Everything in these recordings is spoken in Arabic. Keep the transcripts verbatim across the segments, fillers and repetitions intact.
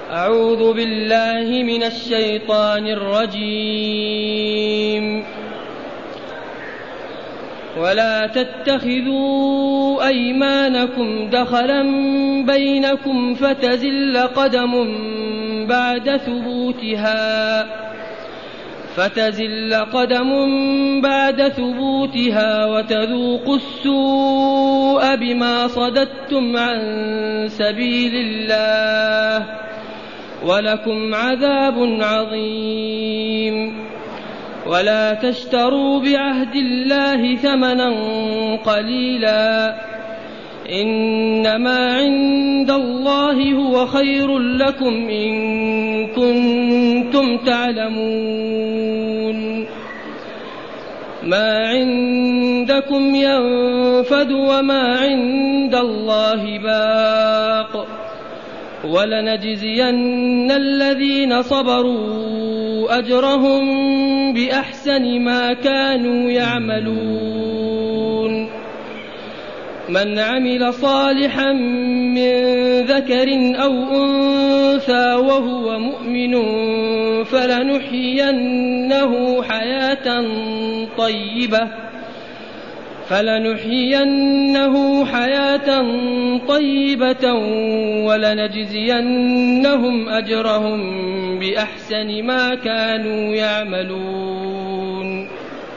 أعوذ بالله من الشيطان الرجيم. ولا تتخذوا أيمانكم دخلا بينكم فتزل قدم بعد ثبوتها فتزل قدم بعد ثبوتها وتذوقوا السوء بما صددتم عن سبيل الله ولكم عذاب عظيم. ولا تشتروا بعهد الله ثمنا قليلا إنما عند الله هو خير لكم إن كنتم تعلمون. ما عندكم ينفد وما عند الله باق ولنجزين الذين صبروا أجرهم بأحسن ما كانوا يعملون. من عمل صالحا من ذكر أو أنثى وهو مؤمن فلنحيينه حياة طيبة فلنحيينه حياة طيبة ولنجزينهم أجرهم بأحسن ما كانوا يعملون.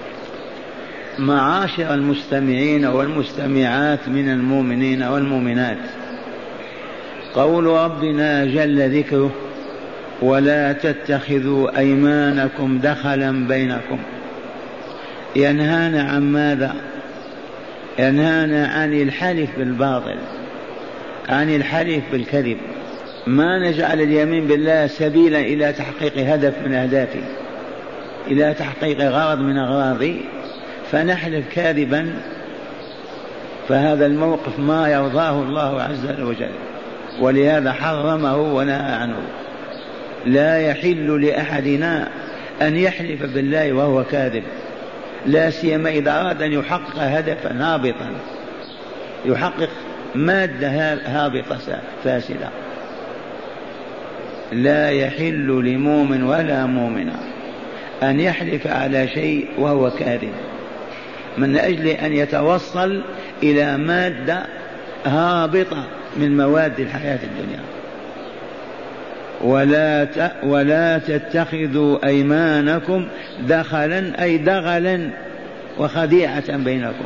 معاشر المستمعين والمستمعات من المؤمنين والمؤمنات، قول ربنا جل ذكره: ولا تتخذوا أيمانكم دخلا بينكم، ينهانا عن ماذا؟ ينهانا عن الحلف بالباطل، عن الحلف بالكذب. ما نجعل اليمين بالله سبيلا إلى تحقيق هدف من أهدافه، إلى تحقيق غرض من أغراضه، فنحلف كاذبا، فهذا الموقف ما يرضاه الله عز وجل، ولهذا حرمه ونهى عنه. لا يحل لأحدنا أن يحلف بالله وهو كاذب، لا سيما إذا أراد أن يحقق هدفا هابطا، يحقق مادة هابطة فاسدة. لا يحل لمؤمن ولا مؤمنة أن يحلف على شيء وهو كاذب من أجل أن يتوصل إلى مادة هابطة من مواد الحياة الدنيا. ولا ولا تتخذوا أيمانكم دخلا أي دغلا وخديعة بينكم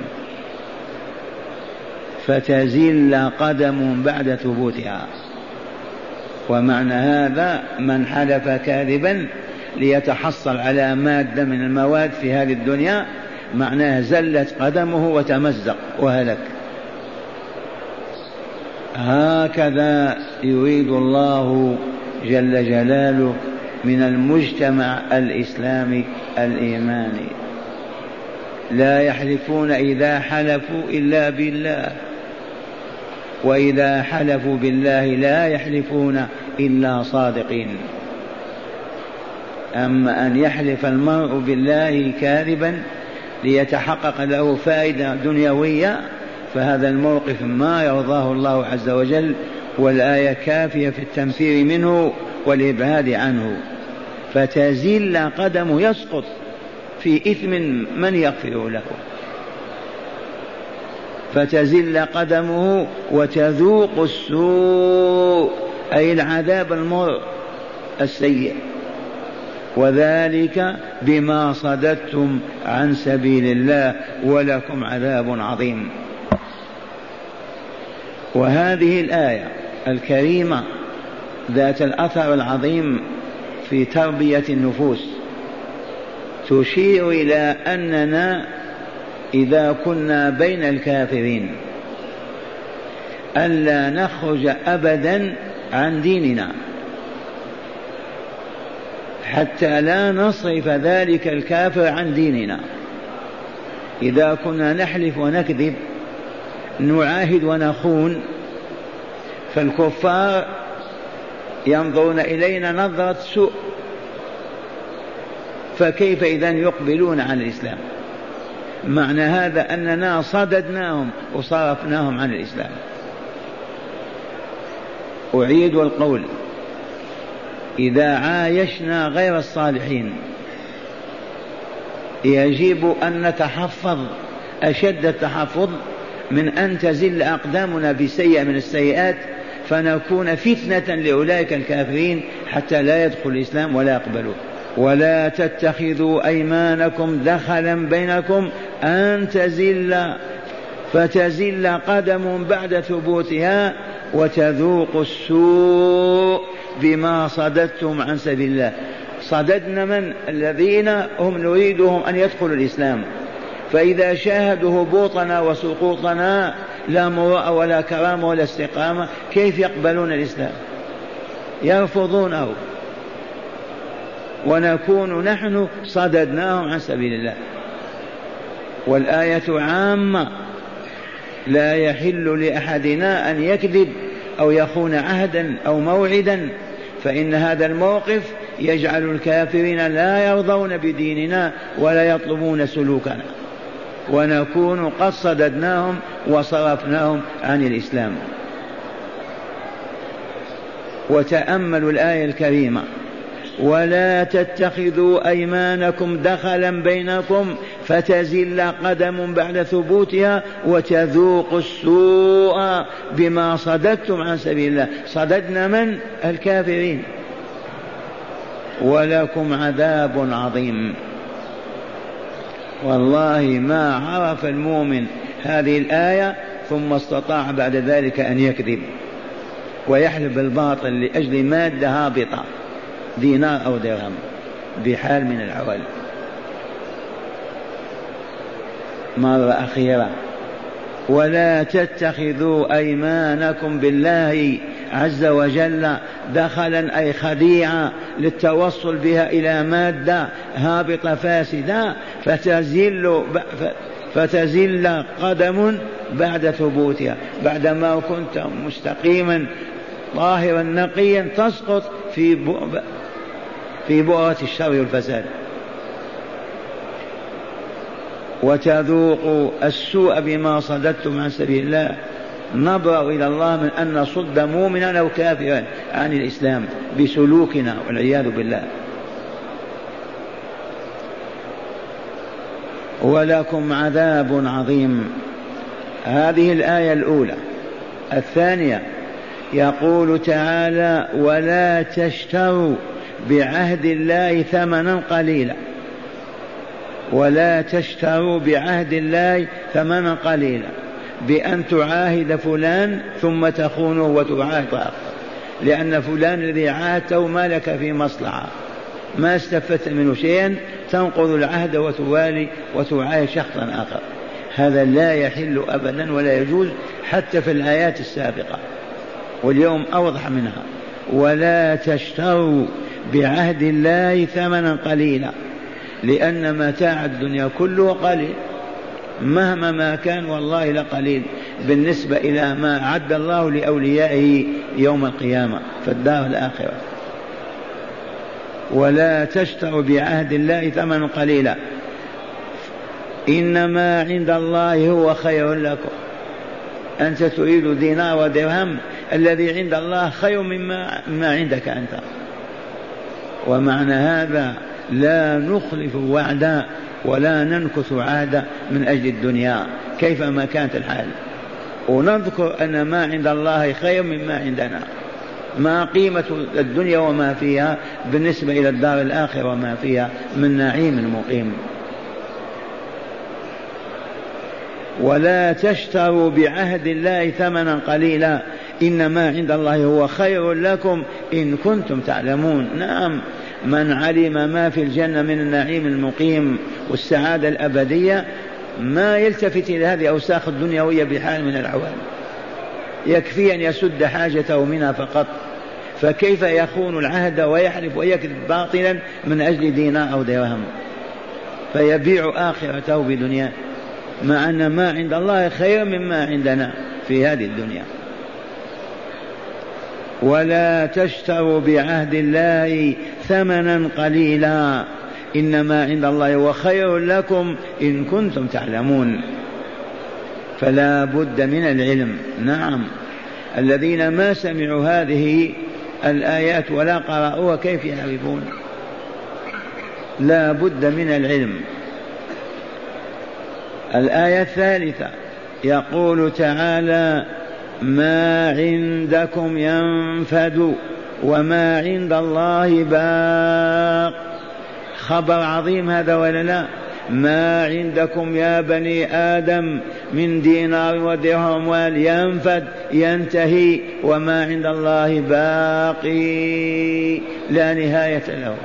فتزل قدم بعد ثبوتها. ومعنى هذا: من حلف كاذبا ليتحصل على مادة من المواد في هذه الدنيا، معناه زلت قدمه وتمزق وهلك. هكذا يريد الله جل جلاله من المجتمع الإسلامي الإيماني. لا يحلفون إذا حلفوا إلا بالله، وإذا حلفوا بالله لا يحلفون إلا صادقين. أما أن يحلف المرء بالله كاذبا ليتحقق له فائدة دنيوية، فهذا الموقف ما يرضاه الله عز وجل، والآية كافية في التنفير منه والإبعاد عنه. فتزل قدمه، يسقط في إثم من يغفر له، فتزل قدمه وتذوق السوء أي العذاب المر السيء، وذلك بما صددتم عن سبيل الله ولكم عذاب عظيم. وهذه الآية الكريمة ذات الأثر العظيم في تربية النفوس تشير إلى أننا إذا كنا بين الكافرين ألا نخرج أبدا عن ديننا حتى لا نصرف ذلك الكافر عن ديننا. إذا كنا نحلف ونكذب، نعاهد ونخون، فالكفار ينظرون إلينا نظرة سوء، فكيف إذن يقبلون عن الإسلام؟ معنى هذا أننا صددناهم وصرفناهم عن الإسلام. أعيد القول: إذا عايشنا غير الصالحين يجب أن نتحفظ أشد التحفظ من أن تزل أقدامنا بسيئة من السيئات فنكون فتنة لأولئك الكافرين حتى لا يدخل الإسلام ولا يقبلوه. ولا تتخذوا أيمانكم دخلا بينكم أن تزل فتزل قدم بعد ثبوتها وتذوقوا السوء بما صددتم عن سبيل الله. صددنا من؟ الذين هم نريدهم أن يدخلوا الإسلام، فإذا شاهدوا هبوطنا وسقوطنا لا مروءة ولا كرامة ولا استقامة كيف يقبلون الإسلام؟ يرفضونه، ونكون نحن صددناهم عن سبيل الله. والآية عامة، لا يحل لأحدنا أن يكذب أو يخون عهدا أو موعدا، فإن هذا الموقف يجعل الكافرين لا يرضون بديننا ولا يطلبون سلوكنا، ونكون قد صددناهم وصرفناهم عن الإسلام. وتأملوا الآية الكريمة: ولا تتخذوا أيمانكم دخلا بينكم فتزل قدم بعد ثبوتها وتذوقوا السوء بما صددتم عن سبيل الله. صددنا من؟ الكافرين. ولكم عذاب عظيم. والله ما عرف المؤمن هذه الآية ثم استطاع بعد ذلك أن يكذب ويحلف بالباطل لأجل مادة هابطة، دينار أو درهم، بحال من العوال. مرة أخيرة: ولا تتخذوا أيمانكم بالله عز وجل دخلا أي خديعة للتوصل بها إلى مادة هابطة فاسدة فتزل فتزل قدم بعد ثبوتها. بعدما كنت مستقيما طاهرا نقيا تسقط في في بؤرة الشر والفساد. وتذوقوا السوء بما صددتم عن سبيل الله. نبرأ إلى الله من أن نصد مؤمنا أو كافرا عن الإسلام بسلوكنا والعياذ بالله. ولكم عذاب عظيم. هذه الآية الأولى. الثانية يقول تعالى: ولا تشتروا بعهد الله ثمنا قليلا. ولا تشتروا بعهد الله ثمنا قليلا، بأن تعاهد فلان ثم تخونه وتعاهد آخر، لأن فلان الذي عاهدته ما لك في مصلحة، ما استفدت منه شيئا، تنقض العهد وتوالي وتعاهد شخصا آخر. هذا لا يحل أبدا ولا يجوز حتى في الآيات السابقة، واليوم أوضح منها: ولا تشتروا بعهد الله ثمنا قليلا، لأن متاع الدنيا كله قليل مهما ما كان، والله لقليل بالنسبة إلى ما أعد الله لأوليائه يوم القيامة في الدار الآخرة. ولا تشتروا بعهد الله ثمنا قليلا، إنما عند الله هو خير لكم. أنت تريد دينار ودرهم، الذي عند الله خير مما ما عندك أنت. ومعنى هذا لا نخلف وعدا ولا ننكث عهدا من أجل الدنيا كيفما كانت الحال، ونذكر أن ما عند الله خير مما عندنا. ما قيمة الدنيا وما فيها بالنسبة إلى الدار الآخرة وما فيها من نعيم مقيم. ولا تشتروا بعهد الله ثمنا قليلا، إنما عند الله هو خير لكم إن كنتم تعلمون. نعم، من علم ما في الجنة من النعيم المقيم والسعادة الأبدية ما يلتفت إلى هذه أوساخ الدنيوية بحال من العوالم، يكفي أن يسد حاجته منها فقط. فكيف يخون العهد ويحلف ويكذب باطلا من أجل دينار أو درهم، فيبيع آخرته بدنياه، مع أن ما عند الله خير مما عندنا في هذه الدنيا. ولا تشتروا بعهد الله ثمنا قليلا، إنما عند الله هو خير لكم إن كنتم تعلمون. فلا بد من العلم. نعم، الذين ما سمعوا هذه الآيات ولا قرأوها كيف يعرفون؟ لا بد من العلم. الآية الثالثة يقول تعالى: ما عندكم ينفد وما عند الله باق. خبر عظيم هذا ولا لا؟ ما عندكم يا بني آدم من دينار ودرهم أموال ينفد ينتهي، وما عند الله باقي لا نهاية له.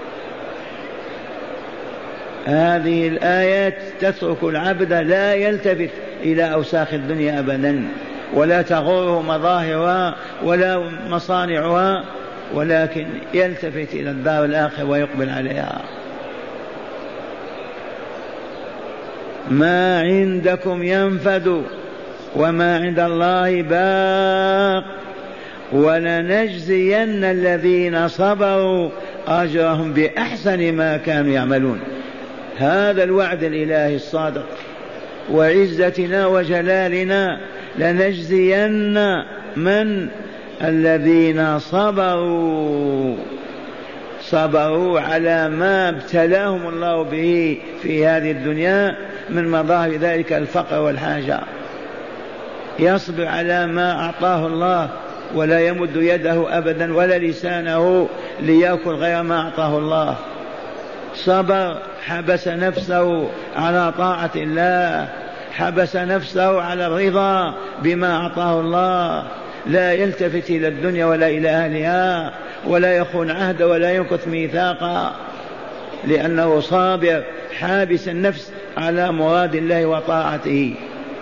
هذه الآيات تترك العبد لا يلتفت إلى أوساخ الدنيا أبدا، ولا تغره مظاهرها ولا مصانعها، ولكن يلتفت إلى الدار الآخرة ويقبل عليها. ما عندكم ينفد وما عند الله باق ولنجزين الذين صبروا أجرهم بأحسن ما كانوا يعملون. هذا الوعد الإلهي الصادق، وعزتنا وجلالنا لنجزين من الذين صبروا صبروا على ما ابتلاهم الله به في هذه الدنيا من مظاهر ذلك الفقر والحاجة. يصبر على ما أعطاه الله ولا يمد يده أبدا ولا لسانه ليأكل غير ما أعطاه الله. صبر، حبس نفسه على طاعة الله، حبس نفسه على الرضا بما أعطاه الله، لا يلتفت إلى الدنيا ولا إلى أهلها، ولا يخون عهد ولا ينكث ميثاقا، لأنه صابر حابس النفس على مراد الله وطاعته.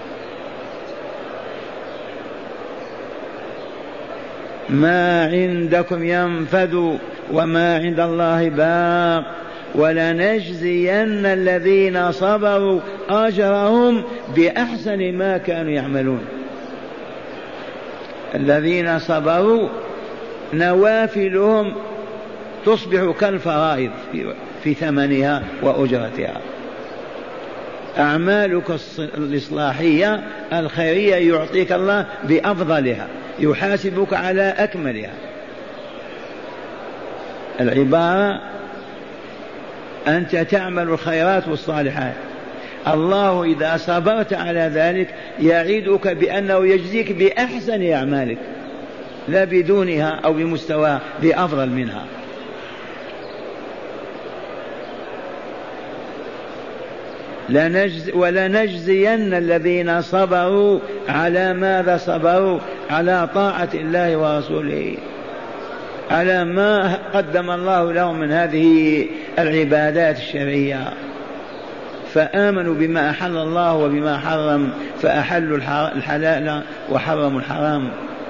ما عندكم ينفد وما عند الله باق ولنجزين الذين صبروا أجرهم بأحسن ما كانوا يعملون. الذين صبروا نوافلهم تصبح كالفرائض في ثمنها وأجرتها. أعمالك الإصلاحية الخيرية يعطيك الله بأفضلها، يحاسبك على أكملها. العبارة أنت تعمل الخيرات والصالحات، الله إذا صبرت على ذلك يعيدك بأنه يجزيك بأحسن أعمالك، لا بدونها أو بمستوى بأفضل منها. لنجز ولنجزين الذين صبروا على ماذا صبروا؟ على طاعة الله ورسوله، على ما قدم الله لهم من هذه العبادات الشرعية، فآمنوا بما أحل الله وبما حرم، فأحلوا الحلال وحرموا الحرام.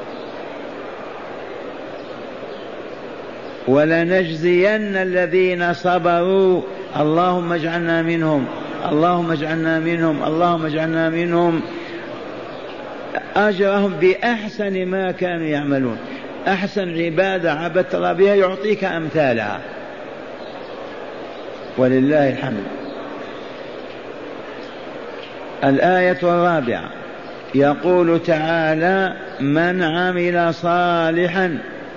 ولنجزين الذين صبروا، اللهم اجعلنا منهم، اللهم اجعلنا منهم، اللهم اجعلنا منهم، أجرهم بأحسن ما كانوا يعملون. أحسن عبادة عبدت الله بها يعطيك أمثالها، ولله الحمد. الآية الرابعة يقول تعالى: من عمل صالحا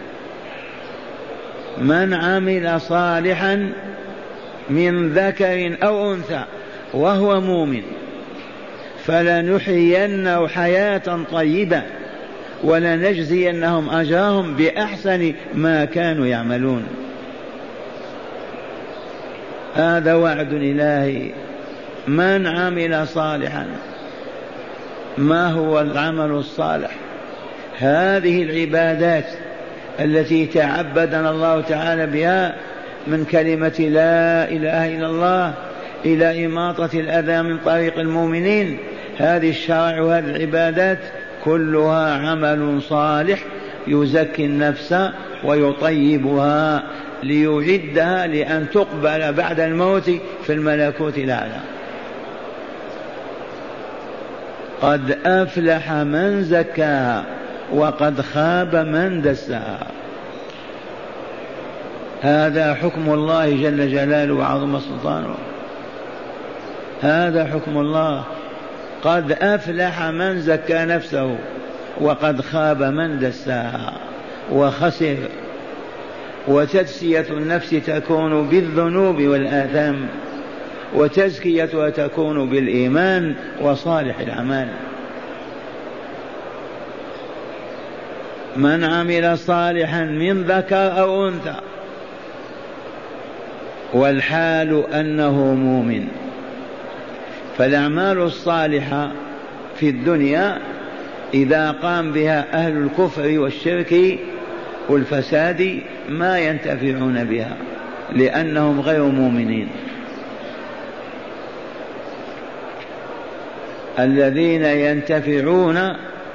من عمل صالحا من ذكر أو أنثى وهو مؤمن فلنحيينه حياة طيبة ولنجزينهم أجرهم بأحسن ما كانوا يعملون. هذا وعد إلهي. من عمل صالحا، ما هو العمل الصالح؟ هذه العبادات التي تعبدنا الله تعالى بها، من كلمة لا إله إلا الله إلى إماطة الأذى من طريق المؤمنين، هذه الشرائع وهذه العبادات كلها عمل صالح يزكي النفس ويطيبها ليعدها لأن تقبل بعد الموت في الملكوت الأعلى. قد أفلح من زكاها وقد خاب من دساها. هذا حكم الله جل جلاله وعظم سلطانه، هذا حكم الله. قد أفلح من زكى نفسه وقد خاب من دساها وخسر وتزكية النفس تكون بالذنوب والآثام، وتزكيتها تكون بالإيمان وصالح الأعمال. من عمل صالحا من ذكر أو أنثى والحال أنه مؤمن. فالأعمال الصالحة في الدنيا إذا قام بها أهل الكفر والشرك والفساد ما ينتفعون بها لأنهم غير مؤمنين. الذين ينتفعون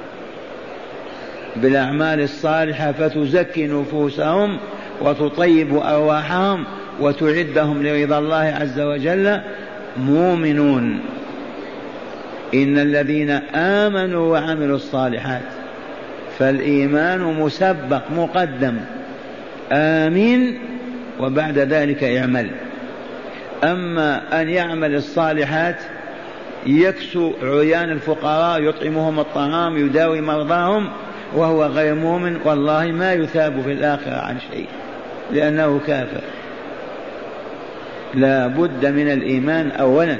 بالأعمال الصالحة فتزكي نفوسهم وتطيب أرواحهم وتعدهم لرضا الله عز وجل مؤمنون. إن الذين آمنوا وعملوا الصالحات، فالإيمان مسبق مقدم، آمين وبعد ذلك اعمل. أما أن يعمل الصالحات يكسو عيان الفقراء، يطعمهم الطعام، يداوي مرضاهم وهو غير مؤمن، والله ما يثاب في الآخرة عن شيء لأنه كافر. لا بد من الإيمان أولا.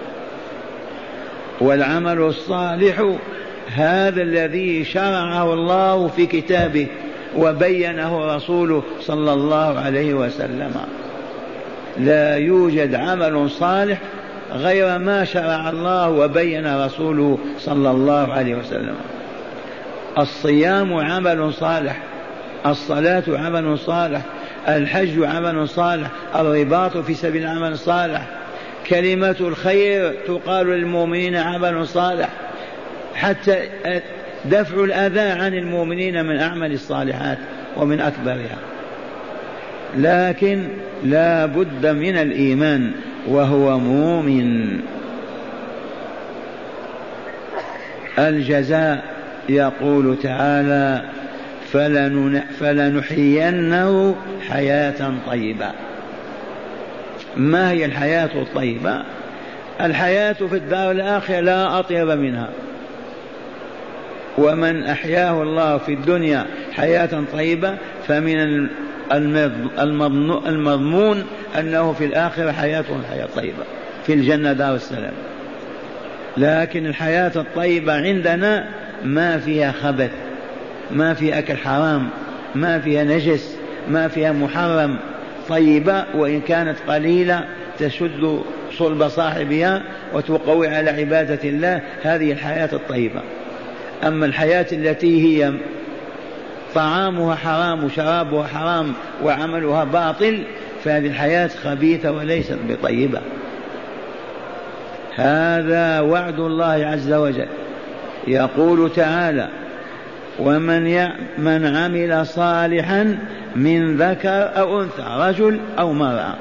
والعمل الصالح هذا الذي شرعه الله في كتابه وبينه رسوله صلى الله عليه وسلم. لا يوجد عمل صالح غير ما شرع الله وبين رسوله صلى الله عليه وسلم. الصيام عمل صالح، الصلاة عمل صالح، الحج عمل صالح، الرباط في سبيل عمل صالح، كلمة الخير تقال للمؤمنين عمل صالح، حتى دفع الأذى عن المؤمنين من أعمال الصالحات ومن أكبرها. لكن لا بد من الإيمان وهو مؤمن. الجزاء يقول تعالى فلنحيينه حياة طيبة. ما هي الحياة الطيبة؟ الحياة في الدار الآخرة لا أطيب منها، ومن أحياه الله في الدنيا حياة طيبة فمن المضمون أنه في الآخرة حياة حياة طيبة في الجنة دار السلام. لكن الحياة الطيبة عندنا ما فيها خبث، ما فيها أكل حرام، ما فيها نجس، ما فيها محرم، طيبة وإن كانت قليلة تشد صلب صاحبها وتقوي على عبادة الله. هذه الحياة الطيبة. أما الحياة التي هي طعامها حرام وشرابها حرام وعملها باطل فهذه الحياة خبيثة وليست بطيبة. هذا وعد الله عز وجل. يقول تعالى ومن من عمل صالحا من ذكر أو أنثى، رجل أو مرأة،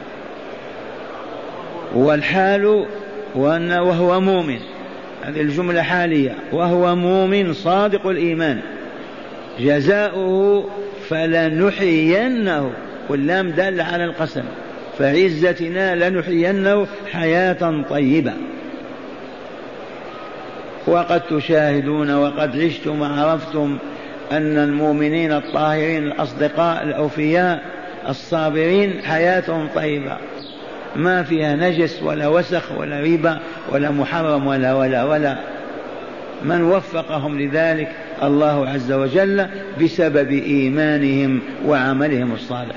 والحال وهو مؤمن، هذه الجملة حالية، وهو مؤمن صادق الإيمان، جزاؤه فلنحيينه، واللام دال على القسم، فعزتنا لنحيينه حياة طيبة. وقد تشاهدون وقد عشتم وعرفتم أن المؤمنين الطاهرين الأصدقاء الأوفياء الصابرين حياتهم طيبة، ما فيها نجس ولا وسخ ولا ربا ولا محرم ولا ولا ولا. من وفقهم لذلك؟ الله عز وجل بسبب إيمانهم وعملهم الصالح.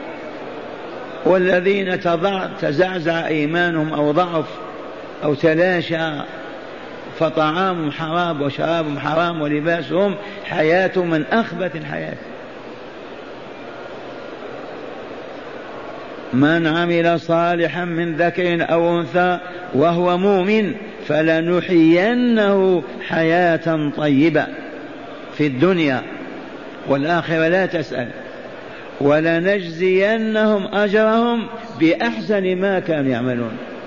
والذين تزعزع إيمانهم أو ضعف أو تلاشى فطعامهم حرام وشرابهم حرام ولباسهم حياة من أخبث الحياة. من عمل صالحا من ذكر أو أنثى وهو مؤمن فلنحيينه حياة طيبة في الدنيا والآخرة لا تسأل، ولنجزينهم أجرهم بأحسن ما كانوا يعملون.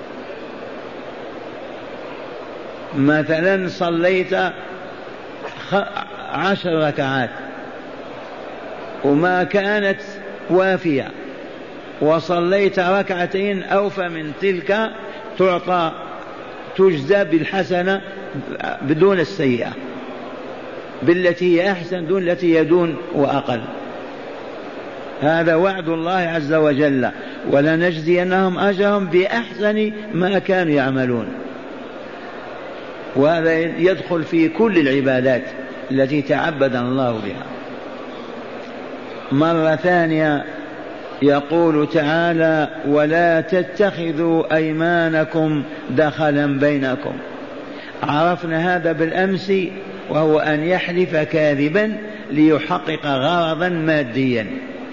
مثلا صليت عشر ركعات وما كانت وافية، وصليت ركعتين أوفى من تلك، تعطى تجزى بالحسنة بدون السيئة، بالتي هي أحسن دون التي هي دون وأقل. هذا وعد الله عز وجل، ولنجزينهم أجرهم بأحسن ما كانوا يعملون. وهذا يدخل في كل العبادات التي تعبدنا الله بها. مرة ثانية يقول تعالى: ولا تتخذوا أيمانكم دخلا بينكم. عرفنا هذا بالأمس، وهو أن يحلف كاذبا ليحقق غرضا ماديا،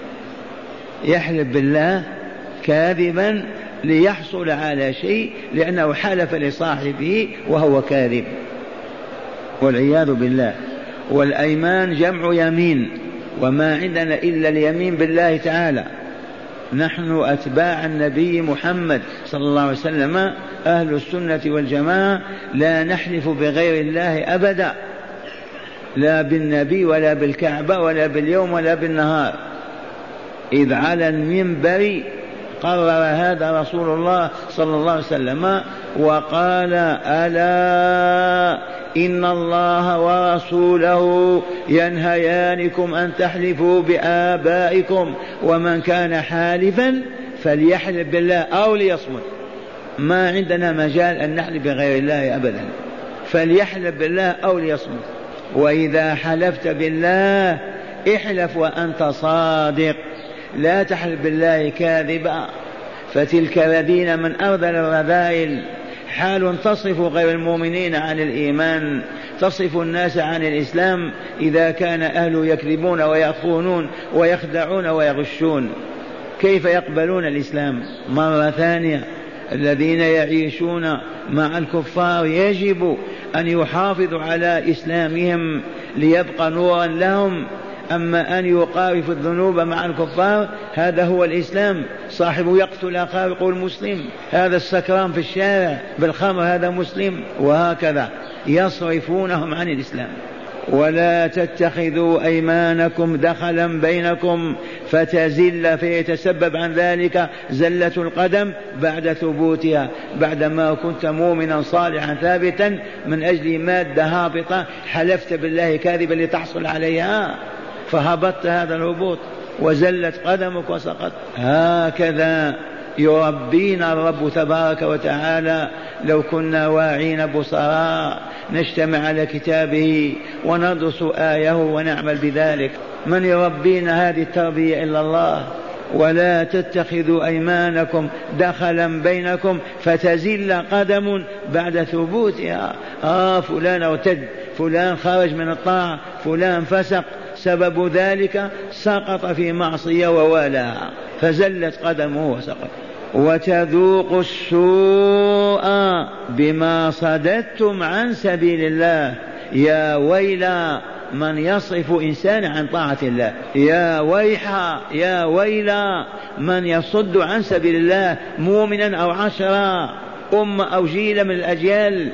يحلف بالله كاذبا ليحصل على شيء لأنه حلف لصاحبه وهو كاذب، والعياذ بالله. والأيمان جمع يمين، وما عندنا إلا اليمين بالله تعالى. نحن أتباع النبي محمد صلى الله عليه وسلم أهل السنة والجماعة لا نحلف بغير الله أبدا، لا بالنبي ولا بالكعبة ولا باليوم ولا بالنهار. إذ على المنبر قرر هذا رسول الله صلى الله عليه وسلم وقال: ألا إن الله ورسوله ينهيانكم أن تحلفوا بآبائكم، ومن كان حالفا فليحلف بالله أو ليصمت. ما عندنا مجال أن نحلف بغير الله أبدا، فليحلف بالله أو ليصمت. وإذا حلفت بالله احلف وأنت صادق، لا تحلف بالله كاذبا، فتلك الذين من أرذل الرذائل حال تصف غير المؤمنين عن الإيمان، تصف الناس عن الإسلام إذا كان أهله يكذبون ويخونون ويخدعون ويغشون، كيف يقبلون الإسلام؟ مرة ثانية، الذين يعيشون مع الكفار يجب أن يحافظوا على إسلامهم ليبقى نورا لهم. أما أن يقارف الذنوب مع الكفار هذا هو الإسلام. صاحب يقتل أخاه يقول مسلم، هذا السكران في الشارع بالخمر هذا مسلم، وهكذا يصرفونهم عن الإسلام. ولا تتخذوا أيمانكم دخلا بينكم فتزل فيتسبب عن ذلك زلة القدم بعد ثبوتها، بعدما كنت مؤمنا صالحا ثابتا من أجل مادة هابطة حلفت بالله كاذبا لتحصل عليها فهبطت هذا الهبوط وزلت قدمك وسقطت. هكذا يربينا الرب تبارك وتعالى. لو كنا واعين بصراء نجتمع على كتابه وندرس آيه ونعمل بذلك. من يربينا هذه التربية إلا الله. ولا تتخذوا أيمانكم دخلا بينكم فتزل قدم بعد ثبوتها. آه فلان ارتد، فلان خرج من الطاعة، فلان فسق، سبب ذلك سقط في معصية ووالاها فزلت قدمه وسقط. وتذوقوا السوء بما صددتم عن سبيل الله. يا ويلا من يصرف إنسان عن طاعة الله، يا ويحا يا ويلا من يصد عن سبيل الله مؤمنا أو عشرا، أمة أو جيل من الأجيال.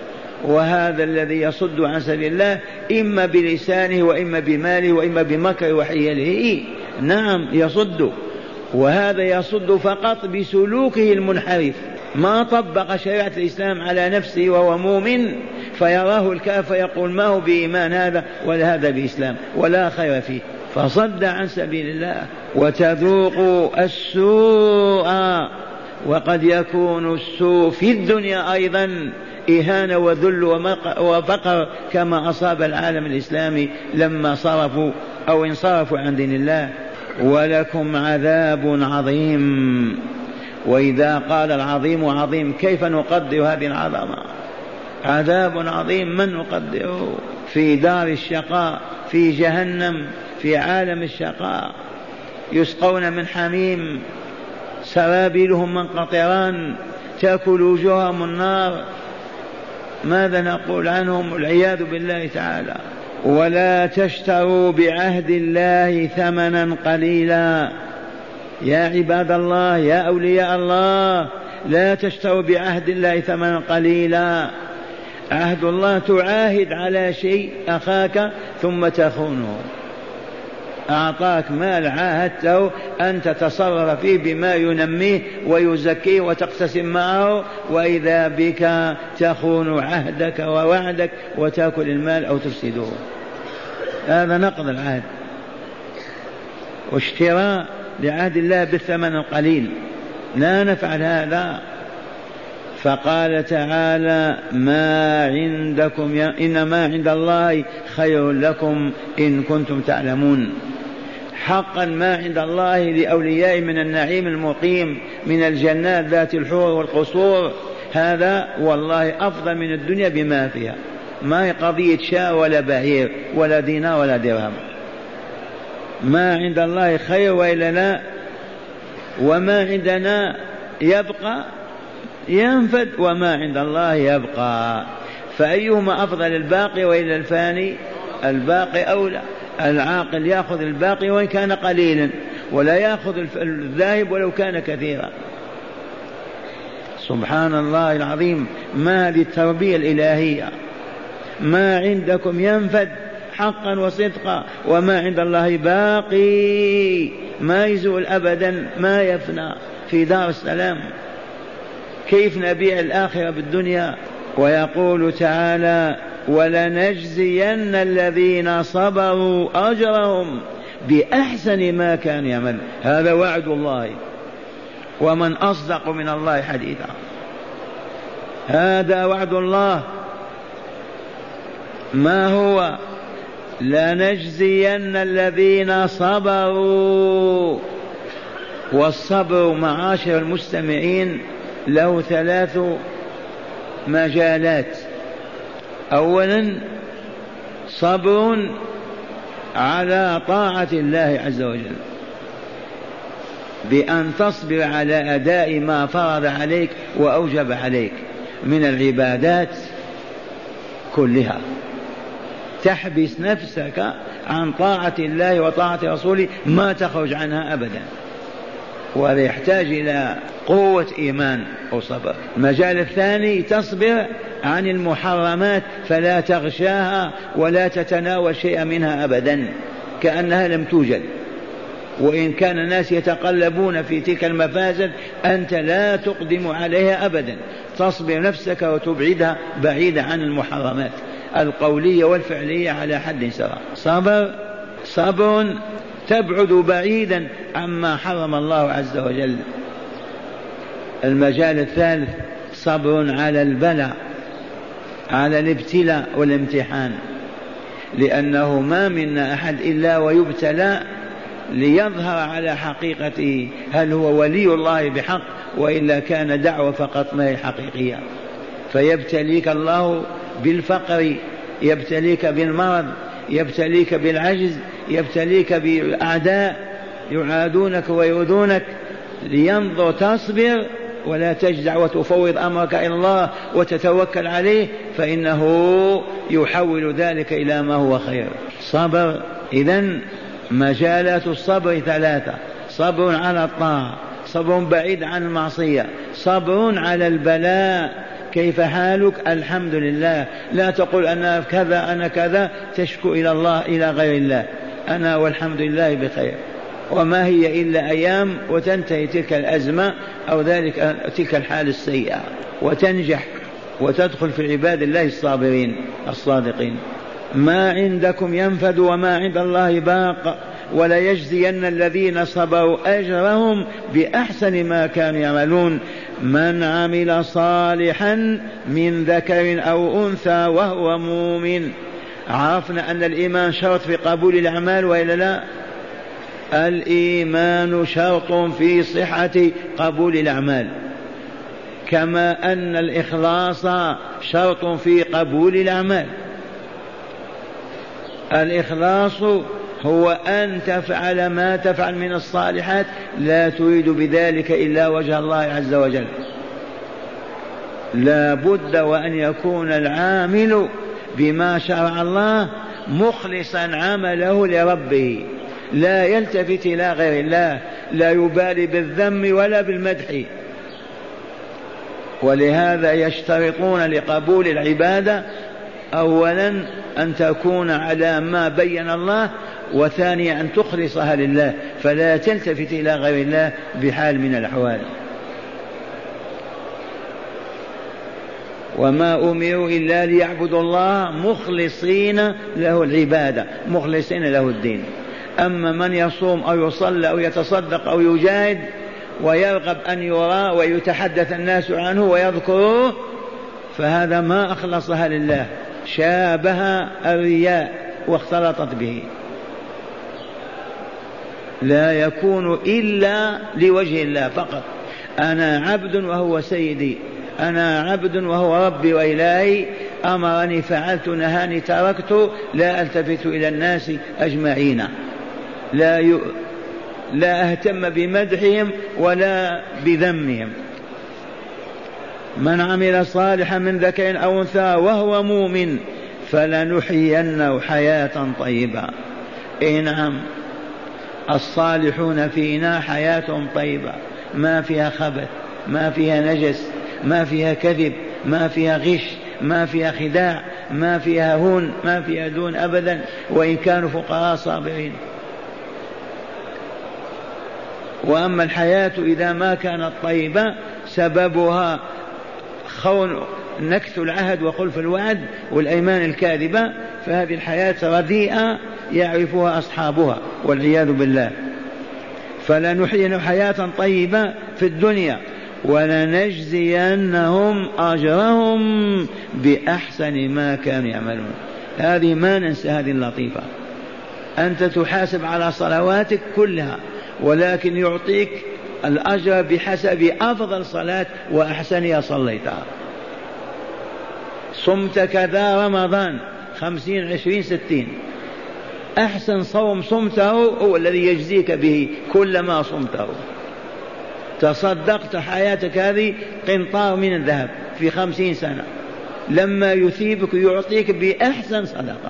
وهذا الذي يصد عن سبيل الله إما بلسانه وإما بماله وإما بمكر وحيله، نعم يصد. وهذا يصد فقط بسلوكه المنحرف، ما طبق شريعة الإسلام على نفسه وهو مؤمن فيراه الكافر يقول ما هو بإيمان هذا ولا هذا بإسلام ولا خير فيه، فصد عن سبيل الله. وتذوقوا السوء، وقد يكون السوء في الدنيا أيضا إهانة وذل وفقر كما أصاب العالم الإسلامي لما صرفوا أو انصرفوا عن دين الله. ولكم عذاب عظيم. وإذا قال العظيم عظيم كيف نقدر هذه العظمة؟ عذاب عظيم من نقدره؟ في دار الشقاء، في جهنم، في عالم الشقاء، يسقون من حميم سرابيلهم من قطران تأكل وجوههم النار. ماذا نقول عنهم؟ العياذ بالله تعالى. ولا تشتروا بعهد الله ثمنا قليلا. يا عباد الله، يا أولياء الله، لا تشتروا بعهد الله ثمنا قليلا. عهد الله تعاهد على شيء أخاك ثم تخونه. أعطاك مال عاهدته أن تتصرف فيه بما ينميه ويزكيه وتقتسم معه، وإذا بك تخون عهدك ووعدك وتأكل المال أو تفسده. هذا نقض العهد. واشتراء لعهد الله بالثمن القليل، لا نفعل هذا. فقال تعالى ما عندكم إن ما عند الله خير لكم إن كنتم تعلمون. حقا ما عند الله لأولياء من النعيم المقيم من الجنات ذات الحور والقصور، هذا والله أفضل من الدنيا بما فيها، ما هي قضية شاء ولا بعير ولا دينار ولا درهم. ما عند الله خير وإلا لا؟ وما عندنا يبقى ينفد وما عند الله يبقى، فأيهما أفضل الباقي وإلا الفاني؟ الباقي أولى. العاقل يأخذ الباقي وإن كان قليلا، ولا يأخذ الذاهب ولو كان كثيرا. سبحان الله العظيم، ما هذه التربية الإلهية. ما عندكم ينفد حقا وصدقا وما عند الله باقي، ما يزول أبدا، ما يفنى في دار السلام. كيف نبيع الآخرة بالدنيا؟ ويقول تعالى ولنجزين الذين صبروا أجرهم بأحسن ما كانوا يعملون. هذا وعد الله، ومن أصدق من الله حديثا. هذا وعد الله. ما هو؟ لنجزين الذين صبروا. والصبر معاشر المستمعين له ثلاث مجالات. أولا صبر على طاعة الله عز وجل، بأن تصبر على أداء ما فرض عليك وأوجب عليك من العبادات كلها، تحبس نفسك عن طاعة الله وطاعة رسوله، ما تخرج عنها أبدا، وهذا يحتاج إلى قوة إيمان وصبر. المجال الثاني تصبر عن المحرمات فلا تغشاها ولا تتناول شيئا منها أبدا كأنها لم توجد، وإن كان الناس يتقلبون في تلك المفاسد أنت لا تقدم عليها أبدا، تصبر نفسك وتبعدها بعيدة عن المحرمات القولية والفعلية على حد سواء. صبر صبر تبعد بعيدا عما حرم الله عز وجل. المجال الثالث صبر على البلاء، على الابتلاء والامتحان، لأنه ما منا أحد إلا ويبتلى ليظهر على حقيقته هل هو ولي الله بحق وإلا كان دعوة فقط ما هي حقيقية. فيبتليك الله بالفقر، يبتليك بالمرض، يبتليك بالعجز، يبتليك بالأعداء يعادونك ويؤذونك، لينظر تصبر ولا تجزع وتفوض أمرك إلى الله وتتوكل عليه، فإنه يحول ذلك إلى ما هو خير. صبر. إذن مجالات الصبر ثلاثة: صبر على الطاعة، صبر بعيد عن المعصية، صبر على البلاء. كيف حالك؟ الحمد لله. لا تقول أنا كذا أنا كذا، تشكو إلى الله إلى غير الله. أنا والحمد لله بخير، وما هي إلا أيام وتنتهي تلك الأزمة أو ذلك تلك الحال السيئة، وتنجح وتدخل في عباد الله الصابرين الصادقين. ما عندكم ينفد وما عند الله باق وليجزين الذين صبروا أجرهم بأحسن ما كانوا يعملون. من عمل صالحا من ذكر أو أنثى وهو مؤمن. عرفنا أن الإيمان شرط في قبول الأعمال وإلا لا؟ الإيمان شرط في صحة قبول الأعمال، كما أن الإخلاص شرط في قبول الأعمال. الإخلاص هو أن تفعل ما تفعل من الصالحات لا تريد بذلك إلا وجه الله عز وجل. لا بد وأن يكون العامل بما شرع الله مخلصا عمله لربه، لا يلتفت إلى غير الله، لا يبالي بالذم ولا بالمدح. ولهذا يشترطون لقبول العبادة أولا أن تكون على ما بين الله، وثانيا أن تخلصها لله، فلا تلتفت إلى غير الله بحال من الأحوال. وما أمروا إلا ليعبدوا الله مخلصين له العبادة، مخلصين له الدين. أما من يصوم أو يصلي أو يتصدق أو يجاهد ويرغب أن يرى ويتحدث الناس عنه ويذكروه فهذا ما أخلصها لله، شابه الرياء واختلطت به، لا يكون إلا لوجه الله فقط. أنا عبد وهو سيدي، أنا عبد وهو ربي وإلهي، أمرني فعلت، نهاني تركت، لا ألتفت إلى الناس أجمعين، لا ي... لا أهتم بمدحهم ولا بذمهم. من عمل صالحا من ذكر أو أنثى وهو مؤمن فلنحيينه حياة طيبة. إيه نعم، الصالحون فينا حياة طيبة ما فيها خبث، ما فيها نجس، ما فيها كذب، ما فيها غش، ما فيها خداع، ما فيها هون، ما فيها دون أبدا، وإن كانوا فقراء صابرين. وأما الحياة إذا ما كانت طيبة سببها خون نكث العهد وخلف الوعد والأيمان الكاذبة، فهذه الحياة رديئة يعرفها أصحابها والعياذ بالله. فلنحيينهم حياة طيبة في الدنيا ولنجزينهم أجرهم بأحسن ما كانوا يعملون. هذه ما ننسى هذه اللطيفة. أنت تحاسب على صلواتك كلها، ولكن يعطيك الأجر بحسب أفضل صلاة وأحسنها صليتها. صمت كذا رمضان خمسين عشرين ستين، أحسن صوم صمته هو الذي يجزيك به كل ما صمته. تصدقت حياتك هذه قنطار من الذهب في خمسين سنة، لما يثيبك يعطيك بأحسن صدقة.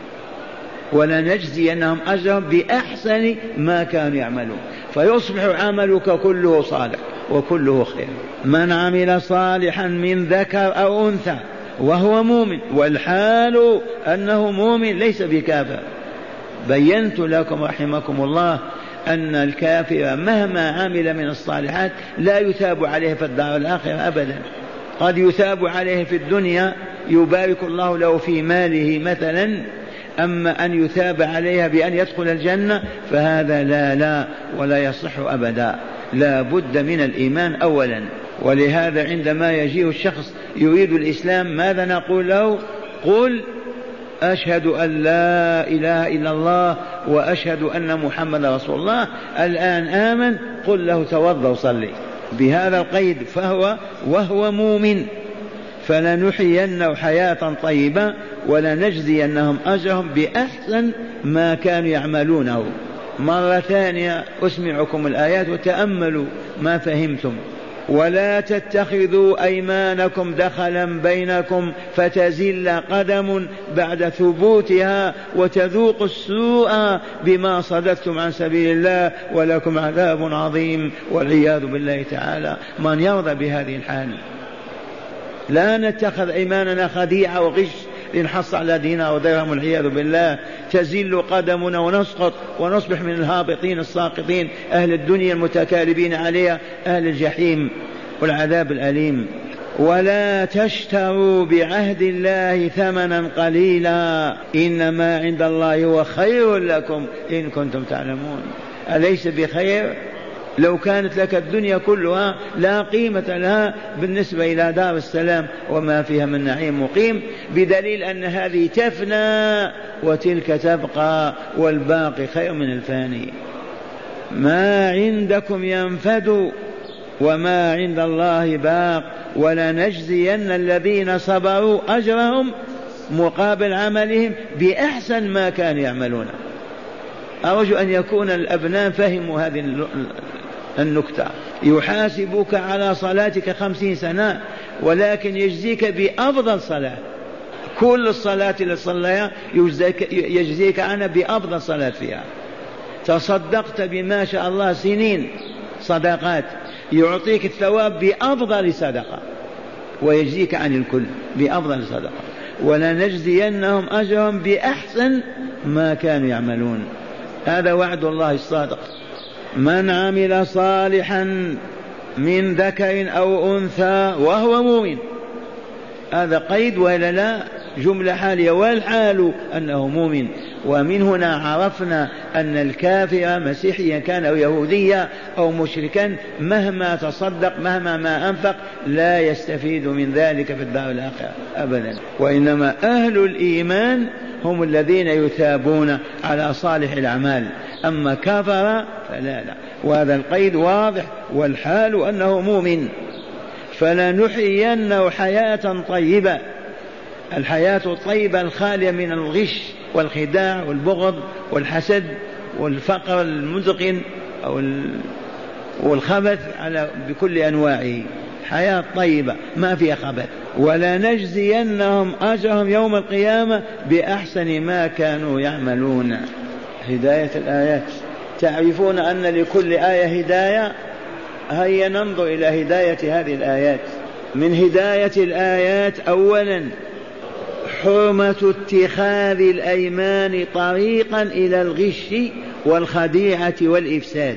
ولنجزينهم أجرهم بأحسن ما كانوا يعملون، فيصبح عملك كله صالح وكله خير. من عمل صالحا من ذكر أو أنثى وهو مؤمن، والحال أنه مؤمن ليس بكافر. بينت لكم رحمكم الله أن الكافر مهما عمل من الصالحات لا يثاب عليه في الدار الآخرة أبدا. قد يثاب عليه في الدنيا، يبارك الله له في ماله مثلا، أما أن يثاب عليها بأن يدخل الجنة فهذا لا لا ولا يصح أبدا. لا بد من الإيمان أولا. ولهذا عندما يجيء الشخص يريد الإسلام ماذا نقول له؟ قل أشهد أن لا إله إلا الله وأشهد أن محمد رسول الله. الآن آمن، قل له توضأ وصلي بهذا القيد، فهو وهو مؤمن. فلنحيينه حياة طيبة ولنجزينهم أجرهم بأحسن ما كانوا يعملونه. مرة ثانية أسمعكم الآيات وتأملوا ما فهمتم. ولا تتخذوا أيمانكم دخلا بينكم فتزل قدم بعد ثبوتها وتذوقوا السوء بما صددتم عن سبيل الله ولكم عذاب عظيم والعياذ بالله تعالى. من يرضى بهذه الحال؟ لا نتخذ أيماننا خديعة وغش لنحصل على دينار ودرهم والعياذ بالله، تزل قدمنا ونسقط ونصبح من الهابطين الساقطين، أهل الدنيا المتكالبين عليها، أهل الجحيم والعذاب الأليم. ولا تشتروا بعهد الله ثمنا قليلا إنما عند الله هو خير لكم إن كنتم تعلمون. أليس بخير؟ لو كانت لك الدنيا كلها لا قيمة لها بالنسبة إلى دار السلام وما فيها من نعيم مقيم، بدليل أن هذه تفنى وتلك تبقى والباقي خير من الفاني. ما عندكم ينفد وما عند الله باق ولنجزين الذين صبروا أجرهم مقابل عملهم بأحسن ما كانوا يعملون. أرجو أن يكون الأبناء فهموا هذه النكتة. يحاسبك على صلاتك خمسين سنة ولكن يجزيك بأفضل صلاة. كل الصلاة اللي صليها يجزيك عنها بأفضل صلاة فيها. تصدقت بما شاء الله سنين صدقات، يعطيك الثواب بأفضل صدقة ويجزيك عن الكل بأفضل صدقة. ولنجزينهم أجرهم بأحسن ما كانوا يعملون. هذا وعد الله الصادق. من عمل صالحا من ذكر أو أنثى وهو مؤمن، هذا قيد ولا لا؟ جملة حالية، والحال أنه مؤمن. ومن هنا عرفنا أن الكافر مسيحيا كان أو يهوديا أو مشركا مهما تصدق مهما ما أنفق لا يستفيد من ذلك في الدار الآخرة أبدا، وإنما أهل الإيمان هم الذين يثابون على صالح الأعمال، أما كفر فلا لا. وهذا القيد واضح، والحال أنه مؤمن. فلنحيينه حياة طيبة، الحياة الطيبة الخالية من الغش والخداع والبغض والحسد والفقر المزقن أو والخبث على بكل أنواعه، حياة طيبة ما فيها خبث. ولنجزينهم أجرهم يوم القيامة بأحسن ما كانوا يعملون. هداية الآيات، تعرفون أن لكل آية هداية. هيا ننظر إلى هداية هذه الآيات. من هداية الآيات أولا حرمة اتخاذ الأيمان طريقا إلى الغش والخديعة والإفساد.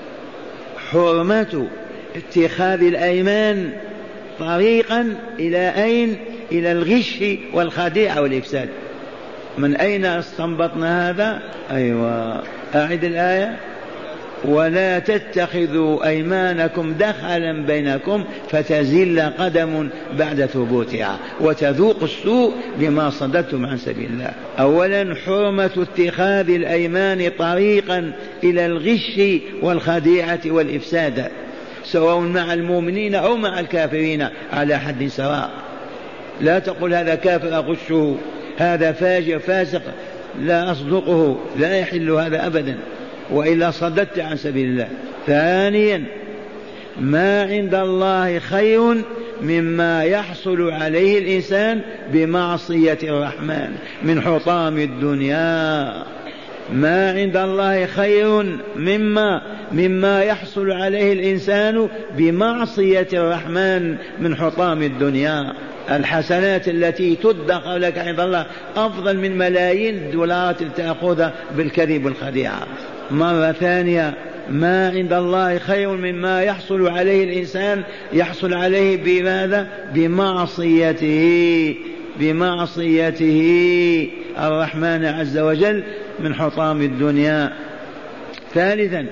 حرمة اتخاذ الأيمان طريقا إلى أين؟ إلى الغش والخديعة والإفساد. من أين استنبطنا هذا؟ أيوة، أعد الآية. ولا تتخذوا أيمانكم دخلا بينكم فتزل قدم بعد ثبوتها وتذوقوا السوء بما صددتم عن سبيل الله. أولا حرمة اتخاذ الأيمان طريقا إلى الغش والخديعة والإفساد، سواء مع المؤمنين أو مع الكافرين على حد سواء. لا تقل هذا كافر أغشه، هذا فاجر فاسق لا أصدقه، لا يحل هذا أبدا، وإلا صددت عن سبيل الله. ثانيا ما عند الله خير مما يحصل عليه الإنسان بمعصية الرحمن من حطام الدنيا. ما عند الله خير مما مما يحصل عليه الإنسان بمعصية الرحمن من حطام الدنيا. الحسنات التي تدخر لك عند الله أفضل من ملايين الدولارات تأخذها بالكذب والخديعة. مرة ثانية ما عند الله خير مما يحصل عليه الإنسان يحصل عليه بماذا؟ بمعصيته بمعصيته الرحمن عز وجل من حطام الدنيا. ثالثا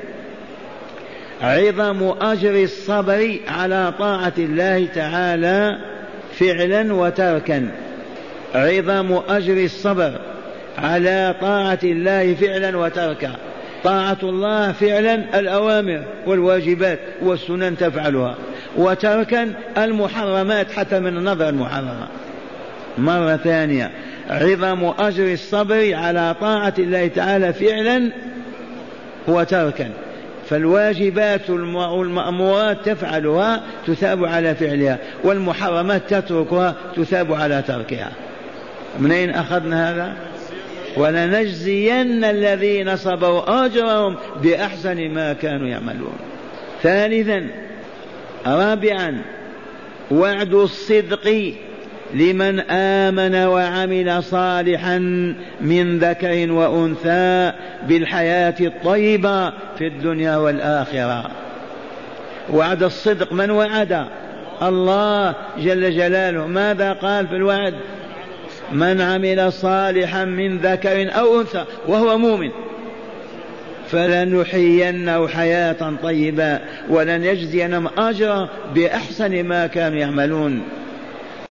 عظم أجر الصبر على طاعة الله تعالى فعلا وتركا. عظم أجر الصبر على طاعة الله فعلا وتركا. طاعة الله فعلا الأوامر والواجبات والسنن تفعلها، وتركا المحرمات حتى من النظر المحرمة. مرة ثانية عظم أجر الصبر على طاعة الله تعالى فعلا وتركا. فالواجبات والمأمورات تفعلها تثاب على فعلها، والمحرمات تتركها تثاب على تركها. من أين أخذنا هذا؟ ولنجزين الذين صبروا أجرهم بأحسن ما كانوا يعملون. ثالثا رابعا وعد الصدق لمن آمن وعمل صالحا من ذكر وأنثى بالحياة الطيبة في الدنيا والآخرة. وعد الصدق من وعد؟ الله جل جلاله. ماذا قال في الوعد؟ من عمل صالحا من ذكر أو أنثى وهو مؤمن فلنحيينه حياة طيبة ولنجزينهم أجرا بأحسن ما كانوا يعملون.